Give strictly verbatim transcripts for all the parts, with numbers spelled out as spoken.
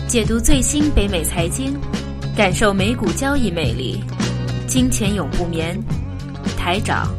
解读最新北美财经，感受美股交易魅力。金钱永不眠，台长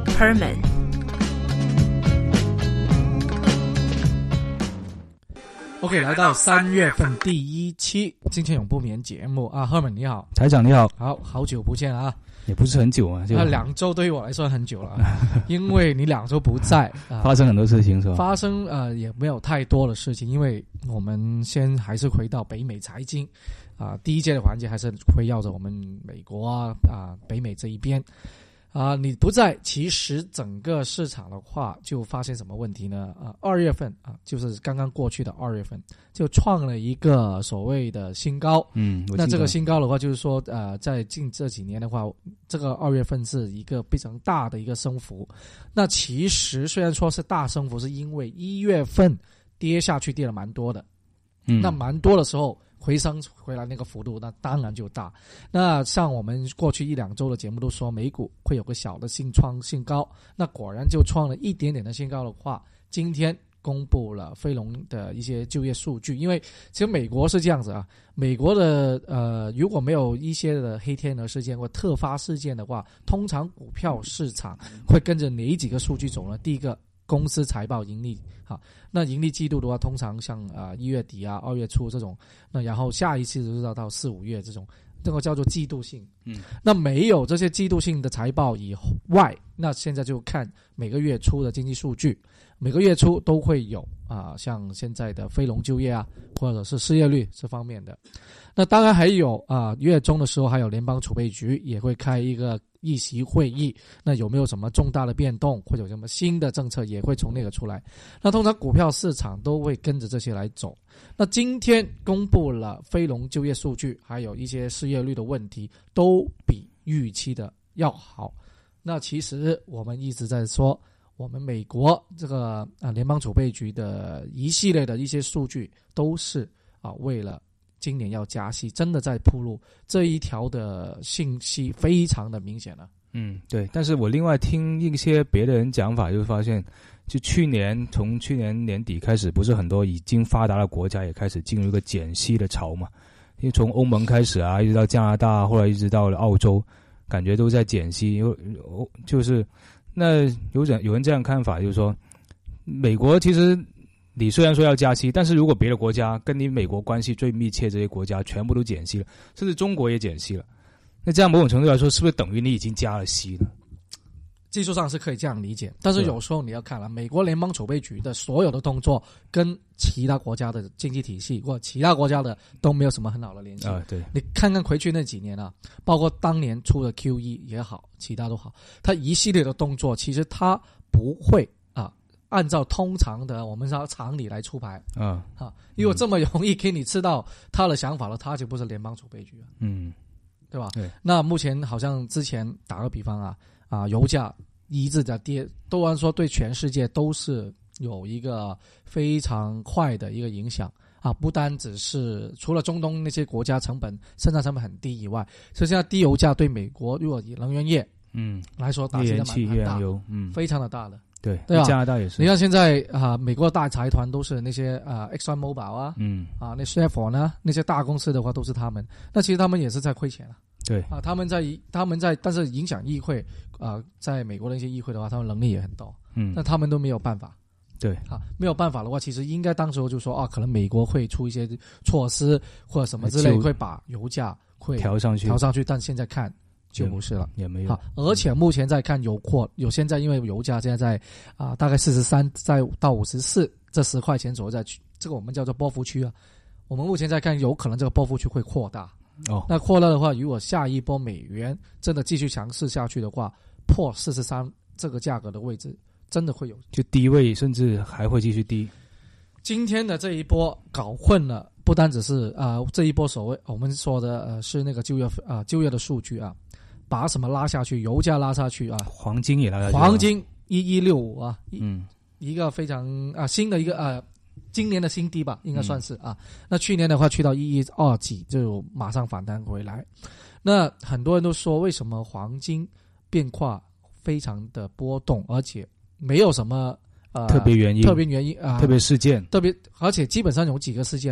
Herman。OK， 来到三月份第一期金钱永不眠节目啊 ，Herman 你好， 台长你好， 好好久不见啊， 也不是很久啊，就啊两周对于我来说很久了，因为你两周不在，啊、 发生很多事情是吧？ 发生呃也没有太多的事情，因为我们先还是回到北美财经啊，第一届的环节还是围绕着我们美国啊啊北美这一边。啊，你不在，其实整个市场的话，就发现什么问题呢？啊，二月份啊，就是刚刚过去的二月份，就创了一个所谓的新高。 嗯， 那这个新高的话，就是说，呃，在近这几年的话，这个二月份是一个非常大的一个升幅。那其实虽然说是大升幅，是因为一月份跌下去跌了蛮多的， 嗯， 那蛮多的时候。回升回来那个幅度，那当然就大。那像我们过去一两周的节目都说，美股会有个小的新创新高，那果然就创了一点点的新高的话，今天公布了非农的一些就业数据。因为其实美国是这样子啊，美国的呃如果没有一些的黑天鹅事件或特发事件的话，通常股票市场会跟着哪几个数据走呢？第一个，公司财报盈利，好，那盈利季度的话，通常像啊一月底啊、二月初这种，那然后下一次就是到到四五月这种，这个叫做季度性。嗯，那没有这些季度性的财报以外，那现在就看每个月初的经济数据，每个月初都会有啊，像现在的非农就业啊，或者是失业率这方面的。那当然还有啊，月中的时候还有联邦储备局也会开一个议息会议，那有没有什么重大的变动或者有什么新的政策也会从那个出来。那通常股票市场都会跟着这些来走。那今天公布了非农就业数据，还有一些失业率的问题，都比预期的要好。那其实我们一直在说，我们美国这个啊联邦储备局的一系列的一些数据都是啊为了今年要加息，真的在铺路，这一条的信息非常的明显了。 嗯，对。但是我另外听一些别的人讲法，就发现，就去年从去年年底开始，不是很多已经发达的国家也开始进入一个减息的潮嘛？因为从欧盟开始啊，一直到加拿大，后来一直到了澳洲，感觉都在减息。有就是那有人有人这样看法，就是说，美国其实。你虽然说要加息，但是如果别的国家跟你美国关系最密切这些国家全部都减息了，甚至中国也减息了，那这样某种程度来说，是不是等于你已经加了息了？ 技术上是可以这样理解，但是有时候你要看了，美国联邦储备局的所有的动作跟其他国家的经济体系或其他国家的都没有什么很好的联系啊。对， 你看看回去那几年啊，包括当年出的 Q E 也好，其他都好，它一系列的动作其实它不会啊。按照通常的我们说常理来出牌啊，哈，如果这么容易给你吃到他的想法了，他就不是联邦储备局了，嗯，对吧？对。那目前好像之前打个比方啊，啊，油价一直在跌，都按说对全世界都是有一个非常快的一个影响啊，不单只是除了中东那些国家成本生产成本很低以外，所以现在低油价对美国如果以能源业嗯来说打击的蛮蛮大，嗯，非常的大的。 对， 对吧？ 加拿大也是。 你看现在啊，美国的大财团都是那些啊 ，Exxon Mobil 啊，嗯，啊，那 Chevron 呢，那些大公司的话都是他们。那其实他们也是在亏钱了。 对啊，他们在他们在，但是影响议会啊，在美国的一些议会的话，他们能力也很高。嗯，但他们都没有办法。 对啊，没有办法的话，其实应该当时候就说啊，可能美国会出一些措施或者什么之类，会把油价会调上去， 调上去。但现在看。就不是了， 也没有。 好，而且目前在看油扩，有现在因为油价现在在啊、呃、大概四十三，在到五十四这十块钱左右在这个我们叫做波幅区啊。我们目前在看，有可能这个波幅区会扩大。哦，那扩大的话，如果下一波美元真的继续强势下去的话，破四十三这个价格的位置，真的会有就低位，甚至还会继续低。 今天的这一波搞混了，不单只是啊、呃、这一波所谓我们说的呃是那个就业啊、呃、就业的数据啊。把什么拉下去？油价拉下去啊， 黄金也拉下去。 黄金一一六五啊，嗯，一个非常啊新的一个呃，今年的新低吧，应该算是啊。嗯、那去年的话去到一一二几，就马上反弹回来。那很多人都说，为什么黄金变化非常的波动，而且没有什么呃特别原因、 特别原因啊、呃， 特别事件， 特别而且基本上有几个事件。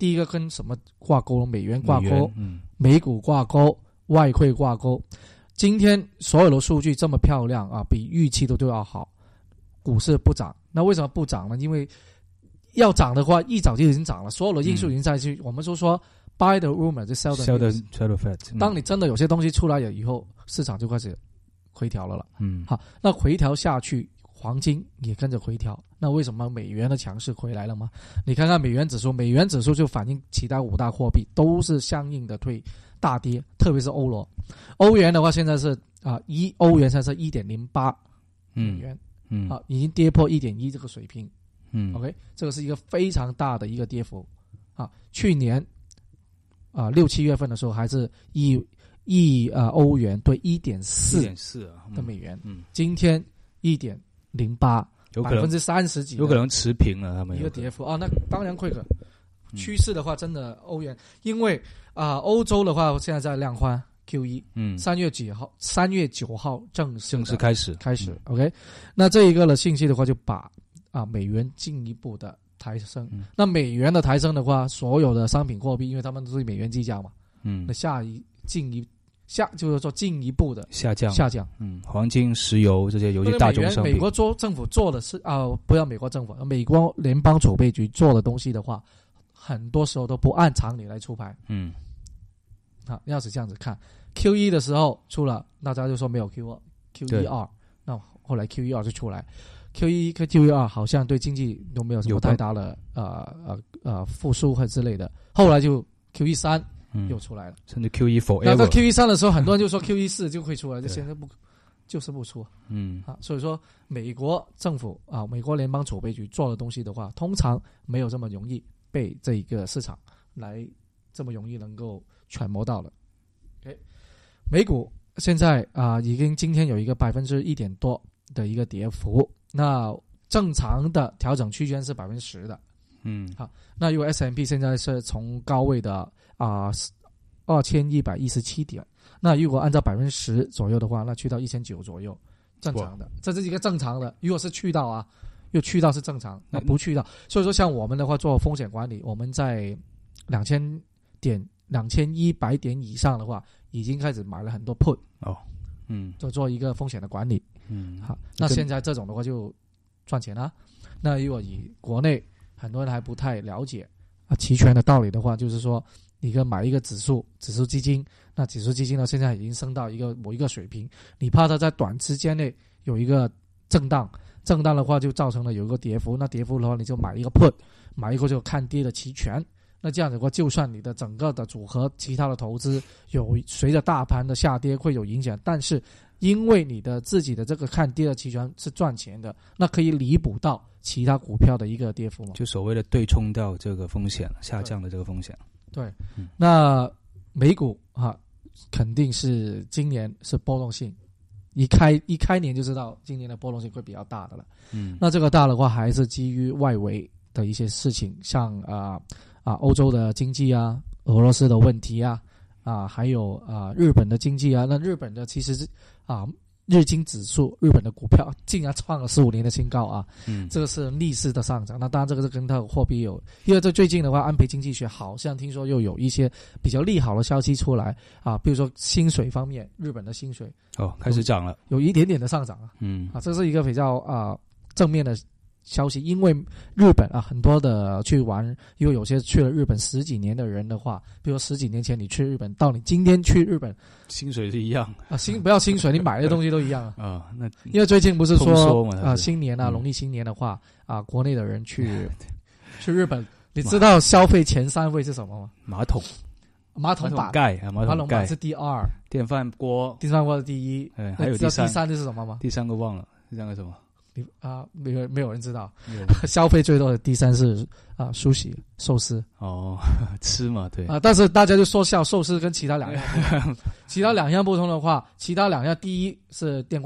第一个跟什么挂钩？美元挂钩， 嗯， 美股挂钩，外汇挂钩。今天所有的数据这么漂亮啊，比预期的都要好，股市不涨。那为什么不涨呢？因为要涨的话，一早就已经涨了，所有的因素已经在去。嗯、我们就说 buy the rumor 就 sell the sell the sell the fact。 当你真的有些东西出来了以后，市场就开始回调了了。 嗯， 好，那回调下去，黄金也跟着回调。那为什么美元的强势回来了吗？你看看美元指数，美元指数就反映其他五大货币都是相应的退大跌，特别是欧罗。欧元的话，现在是啊一欧元现在是 一点零八 美元， 嗯， 啊已经跌破 一点一 这个水平。 嗯 ，OK， 这个是一个非常大的一个跌幅啊。去年啊六七月份的时候还是一一啊欧元对 一点四 的美元， 嗯， 今天 一点零八。 有可能百分之三十几， 有可能持平了，他们一个跌幅啊。那当然会的。趋势的话，真的欧元，因为啊、呃，欧洲的话现在在量宽 Q E， 嗯， 三月几号？三月九号正式正式开始开始、嗯、，OK。那这一个的信息的话，就把啊美元进一步的抬升。嗯、那美元的抬升的话，所有的商品货币，因为他们都是美元计价嘛，嗯，那下一进一。下就是说进一步的下降， 下降， 嗯，黄金、石油这些有些大宗商品。 美国做政府做的是啊、呃，不要美国政府，美国联邦储备局做的东西的话，很多时候都不按常理来出牌。 嗯， 啊，要是这样子看 ，Q 一 的时候出了，大家就说没有 Q 二 ，Q 一 二，那后来 Q 一 二就出来 ，Q 一 跟 Q 一 二好像对经济都没有什么太大的呃呃呃复苏或之类的，后来就 Q 一 三。嗯、又出来了， 甚至 Q 一 forever。 那到 Q 一 三的时候，很多人就说 Q 一 四就会出来，就现在不，就是不出。 嗯啊，所以说美国政府啊，美国联邦储备局做的东西的话，通常没有这么容易被这一个市场来这么容易能够揣摩到了。OK， 美股现在啊，已经今天有一个百分之一点多的一个跌幅，那正常的调整区间是百分之十的。 嗯， 好，那如果 S and P 现在是从高位的啊二千一百一十七点，那如果按照百分之十左右的话，那去到一千九左右，正常的，这是一个正常的。如果是去到啊，又去到是正常，那不去到，所以说像我们的话做风险管理，我们在两千点、两千一百点以上的话，已经开始买了很多 put 哦，嗯， 就做一个风险的管理， 嗯， 好，那现在这种的话就赚钱了。那如果以国内很多人还不太了解啊期权的道理的话，就是说你跟买一个指数指数基金，那指数基金呢现在已经升到一个某一个水平，你怕它在短时间内有一个震荡，震荡的话就造成了有一个跌幅，那跌幅的话你就买一个 put， 买一个就看跌的期权，那这样子的话，就算你的整个的组合其他的投资有随着大盘的下跌会有影响，但是因为你的自己的这个看跌的期权是赚钱的，那可以弥补到其他股票的一个跌幅嘛， 就所谓的对冲掉这个风险，下降的这个风险。 对，嗯、那美股啊，肯定是今年是波动性，一开一开年就知道今年的波动性会比较大的了。嗯，那这个大的话还是基于外围的一些事情，像啊啊欧洲的经济啊，俄罗斯的问题啊。啊，还有啊，日本的经济啊，那日本的其实是啊，日经指数，日本的股票竟然创了十五年的新高啊，嗯，这个是逆势的上涨。那当然，这个是跟它的货币有，因为这最近的话，安倍经济学好像听说又有一些比较利好的消息出来啊，比如说薪水方面，日本的薪水哦开始涨了， 有一点点的上涨啊，嗯，啊，这是一个比较啊正面的消息，因为日本啊，很多的去玩，因为有些去了日本十几年的人的话，比如十几年前你去日本，到你今天去日本， 薪水是一样啊，薪不要薪水，你买的东西都一样啊。 啊，那因为最近不是说啊， 是新年啊，农历新年的话啊，国内的人去去日本，你知道消费前三位是什么吗？ 马桶、 马桶板、 盖啊，马桶盖是第二， 电饭锅、 电饭锅是第一， 哎，还有第三， 第三是什么吗？ 第三个忘了，第三个什么？ 你啊，没有没有人知道，消费最多的第三是啊，寿喜寿司哦，吃嘛，对啊，但是大家就说笑，寿司跟其他两样，其他两样不同的话，其他两样第一是电饭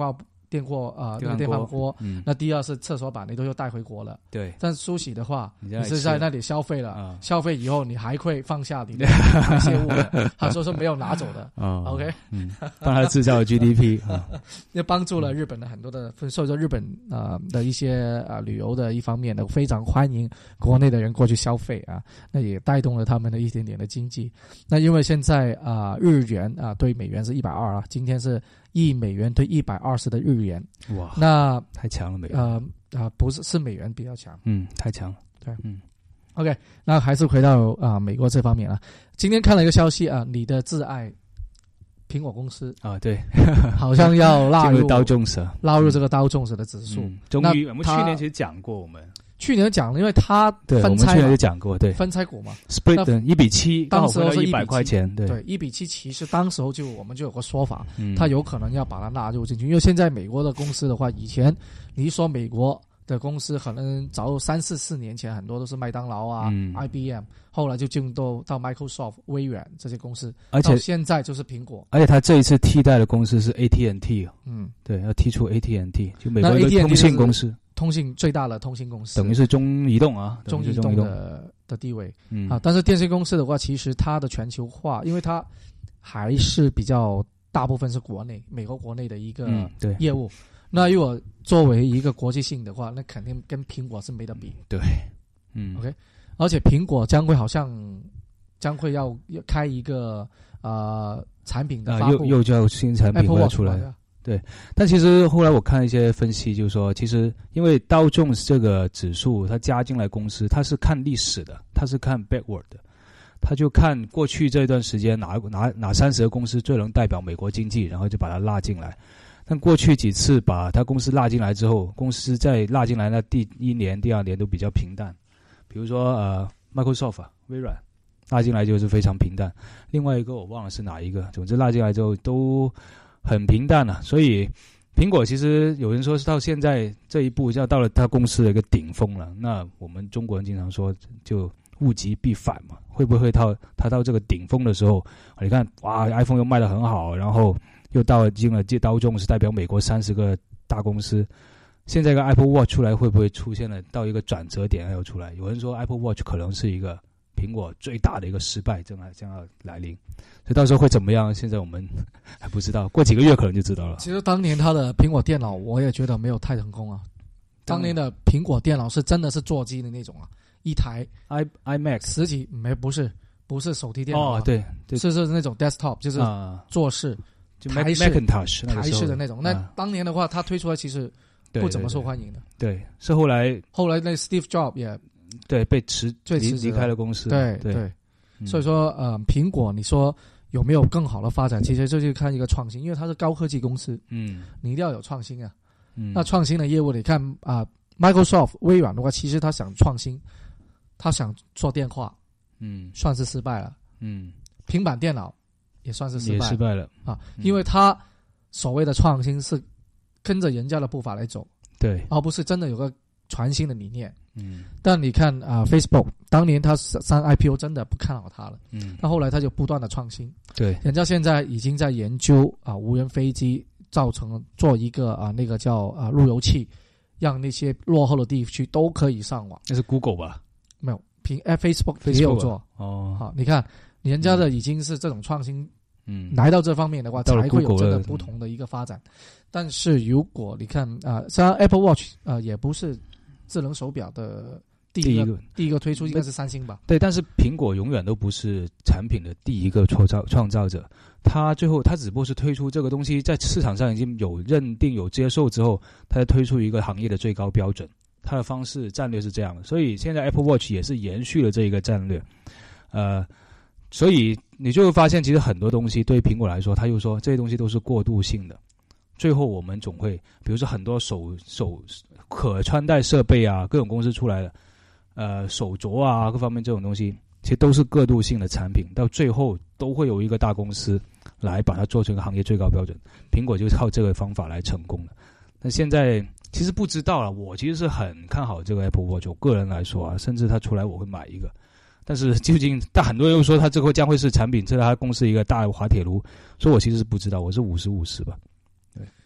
电锅啊、呃，那个电电饭锅， 嗯， 那第二是厕所板，你都要带回国了。 对， 但梳洗的话， 你, 你是在那里消费了， 啊、 消费以后你还会放下你的排泄物的，他说是没有拿走的。 啊、哦、 ，OK， 嗯，帮他制造 G D P 啊， 也帮助了日本的很多的，所以说日本啊、呃、的一些啊、呃、旅游的一方面呢，非常欢迎国内的人过去消费啊，那也带动了他们的一点点的经济。那因为现在啊、呃、日元啊、呃、对美元是一百二啊，今天是一美元对一百二十的日元， 哇， 那太强了美元， 呃啊、呃、不是是美元比较强， 嗯，太强了， 对， 嗯 ，OK， 那还是回到啊、呃、美国这方面啊，今天看了一个消息啊，你的挚爱苹果公司啊，对， 好像要纳入道琼斯， 纳入这个道琼斯的指数， 嗯、终于我们去年其实讲过我们。 去年讲了，因为它对， 分拆我们去年就讲过，对， 分拆股嘛 ，split 一比七， 当时候是一百块钱，对， 对，一比七，其实当时候就我们就有个说法， 嗯， 它有可能要把它纳入进去，因为现在美国的公司的话，以前你一说美国的公司，可能早三四四年前很多都是麦当劳啊、 嗯、 I B M， 后来就进入到到 Microsoft、微软这些公司， 而且到现在就是苹果， 而且它这一次替代的公司是 A T and T， 嗯， 对，要踢出 A T and T， 就美国一个通信公司。 通信最大的通信公司， 等于是中移动啊， 中移动的的地位， 嗯啊，但是电信公司的话，其实它的全球化，因为它还是比较大部分是国内美国国内的一个业务，嗯、那如果作为一个国际性的话，那肯定跟苹果是没得比。 对，嗯 ，OK， 而且苹果将会好像将会要开一个呃产品的发布， 啊、又又叫新产品会出来。对，但其实后来我看一些分析，就是说，其实因为道琼斯这个指数，它加进来公司，它是看历史的，它是看 backward 的，它就看过去这段时间哪哪哪三十个公司最能代表美国经济，然后就把它拉进来。但过去几次把它公司拉进来之后，公司在拉进来那第一年、第二年都比较平淡，比如说呃 Microsoft 微软拉进来就是非常平淡，另外一个我忘了是哪一个，总之拉进来之后都很平淡了，所以苹果其实有人说是到现在这一步，要到了它公司的一个顶峰了。那我们中国人经常说，就物极必反嘛，会不会到它到这个顶峰的时候，你看哇 ，iPhone 又卖得很好，然后又到进了道琼斯代表美国三十个大公司，现在一个 Apple Watch 出来，会不会出现了到一个转折点要出来？有人说 Apple Watch 可能是一个苹果最大的一个失败正要将要来临，所以到时候会怎么样？现在我们还不知道，过几个月可能就知道了。 其实当年他的苹果电脑，我也觉得没有太成功啊。当年的苹果电脑是真的是座机的那种啊，一台 i iMac 实体没不是不是手提电脑、啊、 哦，对对， 是是那种 desktop， 就是坐式、啊、 就台式 Macintosh 台式的那种。那、 啊、 当年的话，它推出来其实不怎么受欢迎的。 对，对对对是后来后来那 Steve Jobs 也对被辞最离离开了公司。 对 对, 对、嗯，所以说呃，苹果你说有没有更好的发展？其实这就看一个创新，因为它是高科技公司， 嗯， 你一定要有创新啊。 嗯， 那创新的业务，你看啊、呃、，Microsoft 微软的话，其实他想创新，他想做电话， 嗯， 算是失败了。 嗯， 平板电脑也算是失败了， 也失败了啊，因为他所谓的创新是跟着人家的步伐来走， 对， 而不是真的有个全新的理念。 嗯， 但你看啊、呃、，Facebook 当年他上 I P O 真的不看好他了， 嗯， 但后来他就不断的创新， 对， 人家现在已经在研究啊、呃、无人飞机造成做一个啊、呃、那个叫啊、呃、路由器，让那些落后的地区都可以上网。 那是 Google 吧？ 没有，凭 Facebook 也有做哦。 好，你看人家的已经是这种创新， 嗯， 来到这方面的话， 才会有这个不同的一个发展。但是如果你看啊，像、呃、Apple Watch 啊、呃，也不是智能手表的第一个，第一个第一个推出应该是三星吧？ 对，但是苹果永远都不是产品的第一个创造创造者，它最后它只不过是推出这个东西在市场上已经有认定有接受之后，它再推出一个行业的最高标准。它的方式战略是这样的，所以现在 Apple Watch 也是延续了这一个战略，呃，所以你就会发现，其实很多东西对于苹果来说，它又说这些东西都是过渡性的，最后我们总会，比如说很多手手可穿戴设备啊，各种公司出来的，呃，手镯啊，各方面这种东西，其实都是过渡性的产品，到最后都会有一个大公司来把它做成一个行业最高标准，苹果就是靠这个方法来成功的。那现在其实不知道了，我其实是很看好这个 Apple Watch， 我个人来说啊，甚至它出来我会买一个。但是究竟，但很多人又说它这个将会是产品，这是它公司一个大滑铁卢，所以我其实是不知道，我是五十五十吧。对，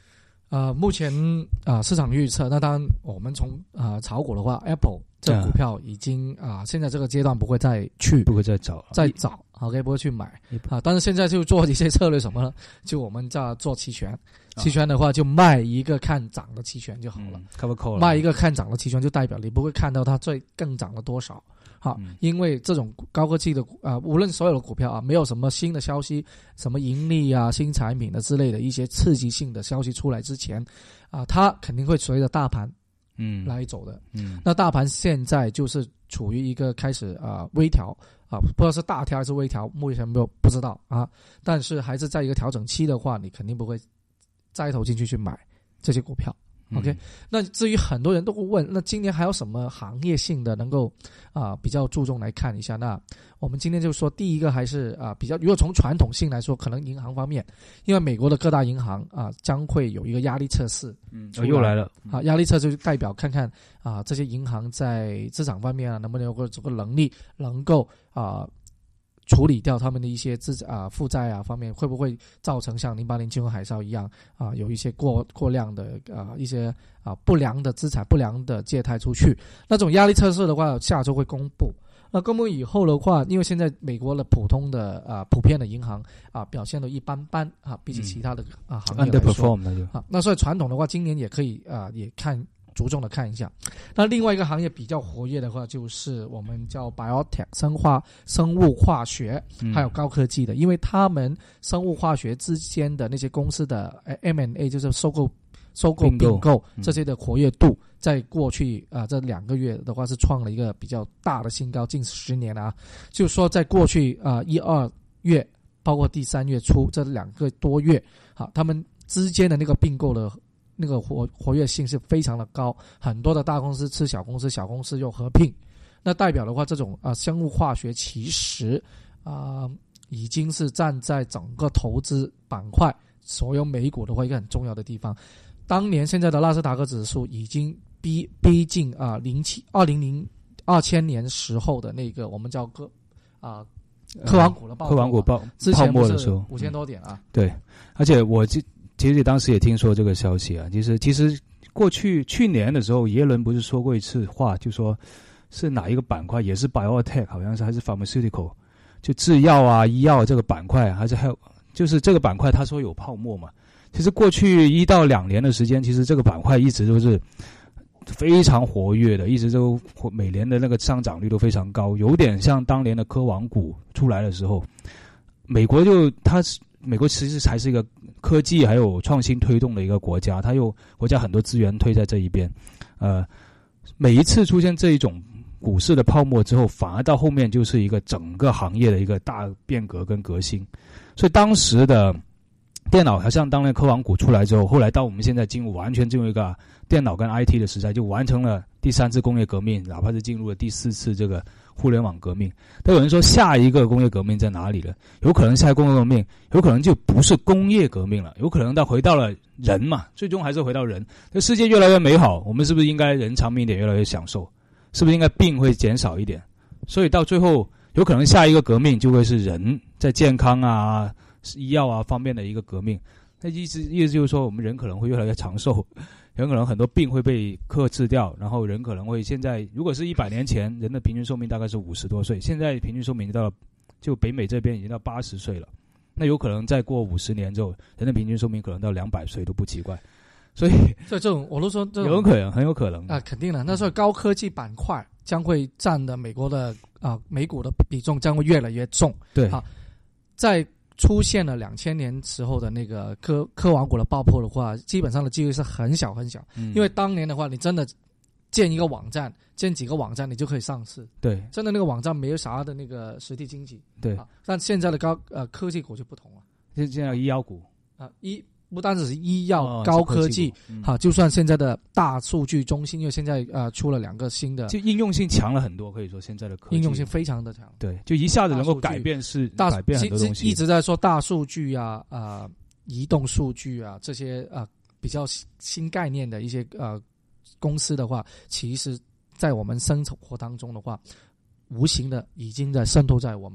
呃，目前啊、呃、市场预测，那当然我们从啊、呃、炒股的话 ，Apple 这个股票已经啊、呃、现在这个阶段不会再去不会再找再找 ，OK 不会去买啊，但是现在就做一些策略什么呢？就我们在做期权，期权的话就卖一个看涨的期权就好了， 嗯、cover call 卖一个看涨的期权就代表你不会看到它最更涨了多少。好， 嗯、因为这种高科技的啊、呃，无论所有的股票啊，没有什么新的消息，什么盈利啊、新产品的之类的一些刺激性的消息出来之前，啊、呃，它肯定会随着大盘嗯来走的。嗯，那大盘现在就是处于一个开始啊、呃、微调啊，不知道是大调还是微调，目前没有不知道啊，但是还是在一个调整期的话，你肯定不会栽头进去去买这些股票。OK，、嗯、那至于很多人都会问，那今年还有什么行业性的能够啊、呃、比较注重来看一下？那我们今天就说第一个还是啊、呃、比较，如果从传统性来说，可能银行方面，因为美国的各大银行啊、呃、将会有一个压力测试， 嗯，哦又来了啊，压力测试就代表看看啊、呃、这些银行在资产方面啊能不能有个这个能力能够啊。呃处理掉他们的一些资啊负债啊方面，会不会造成像零八年金融海啸一样啊，有一些过过量的啊一些啊不良的资产、不良的借贷出去？那种压力测试的话，下周会公布。那公布以后的话，因为现在美国的普通的啊普遍的银行啊表现都一般般啊，比起其他的啊行业来说 underperform 那就啊，那所以传统的话，今年也可以啊也看。着重的看一下，那另外一个行业比较活跃的话，就是我们叫 biotech 生化生物化学，还有高科技的，嗯、因为他们生物化学之间的那些公司的 M and A 就是收购、收购、并购这些的活跃度，在过去啊、呃、这两个月的话是创了一个比较大的新高，近十年啊，就是说在过去啊一二月，包括第三月初这两个多月，好，他们之间的那个并购的。那个活活跃性是非常的高，很多的大公司吃小公司，小公司又合并，那代表的话，这种啊、呃、生物化学其实啊、呃、已经是站在整个投资板块，所有美股的话一个很重要的地方。当年现在的纳斯达克指数已经逼逼近啊零七二零零二千年时候的那个我们叫科啊科网股的爆、 科网股爆之前泡沫的时候五千多点啊、 嗯，对，而且我这。其实当时也听说这个消息啊，其实其实过去去年的时候，耶伦不是说过一次话，就说是哪一个板块也是 biotech， 好像是还是 pharmaceutical， 就制药啊、医药这个板块，还是还有就是这个板块，他说有泡沫嘛。其实过去一到两年的时间，其实这个板块一直都是非常活跃的，一直都每年的那个上涨率都非常高，有点像当年的科网股出来的时候，美国就它美国其实才是一个。科技还有创新推动的一个国家，它又国家很多资源推在这一边，呃，每一次出现这一种股市的泡沫之后，反而到后面就是一个整个行业的一个大变革跟革新。所以当时的电脑，好像当年科网股出来之后，后来到我们现在进入完全进入一个电脑跟 I T 的时代，就完成了第三次工业革命，哪怕是进入了第四次这个互联网革命。但有人说下一个工业革命在哪里了？有可能下一个工业革命有可能就不是工业革命了，有可能它回到了人嘛，最终还是回到人。这世界越来越美好，我们是不是应该人长命一点，越来越享受？是不是应该病会减少一点？所以到最后有可能下一个革命就会是人在健康啊、医药啊方面的一个革命。那意思意思就是说，我们人可能会越来越长寿，人可能很多病会被克制掉，然后人可能会现在如果是一百年前人的平均寿命大概是五十多岁，现在平均寿命已经到了，就北美这边已经到八十岁了。那有可能再过五十年之后，人的平均寿命可能到两百岁都不奇怪。所以， 所以这种我都说这种有可能，很有可能啊、呃，肯定的。那所以高科技板块将会占的美国的啊、呃、美股的比重将会越来越重。 对， 啊，在出现了两千年时候的那个科科网股的爆破的话，基本上的机会是很小很小，嗯、因为当年的话，你真的建一个网站，建几个网站，你就可以上市。 对， 真的那个网站没有啥的那个实体经济。 对， 啊、但现在的高呃科技股就不同了， 现在医药股啊医。不单只是医药、 哦、 高科技， 嗯、 好，就算现在的大数据中心，因为现在呃出了两个新的， 就应用性强了很多，可以说现在的科技应用性非常的强， 对，就一下子能够改变是大改变很多东西， 一直在说大数据啊、呃移动数据啊这些呃比较新概念的一些呃公司的话，其实在我们生活当中的话，无形的已经在渗透在我们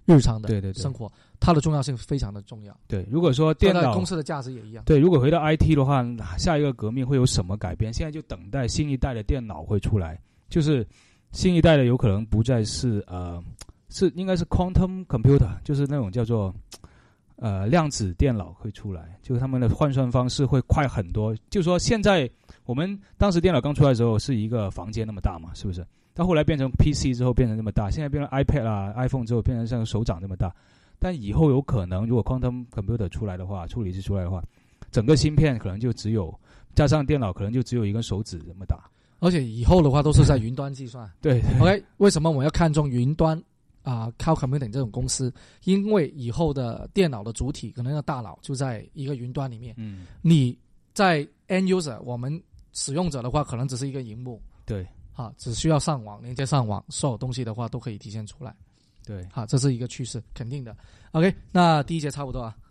日常的对对对生活，它的重要性非常的重要。 对，如果说电脑公司的价值也一样。 对，如果回到 I T 的话，下一个革命会有什么改变？现在就等待新一代的电脑会出来，就是新一代的有可能不再是呃，是应该是 quantum computer， 就是那种叫做呃量子电脑会出来，就是他们的换算方式会快很多。就是说现在我们当时电脑刚出来的时候是一个房间那么大嘛，是不是？到后来变成 P C 之后变成这么大，现在变成 iPad 啊 iPhone 之后变成像手掌这么大。但以后有可能如果 quantum computer 出来的话，处理器出来的话，整个芯片可能就只有加上电脑可能就只有一根手指这么大。 而且以后的话都是在云端计算。 对 OK， 为什么我们要看重云端啊、呃、Cloud Computing 这种公司？因为以后的电脑的主体可能的大脑就在一个云端里面。 嗯， 你在 end user 我们使用者的话，可能只是一个荧幕。 对。 啊，只需要上网，连接上网，所有东西的话都可以体现出来。 对， 好，这是一个趋势，肯定的。OK， 那第一节差不多啊。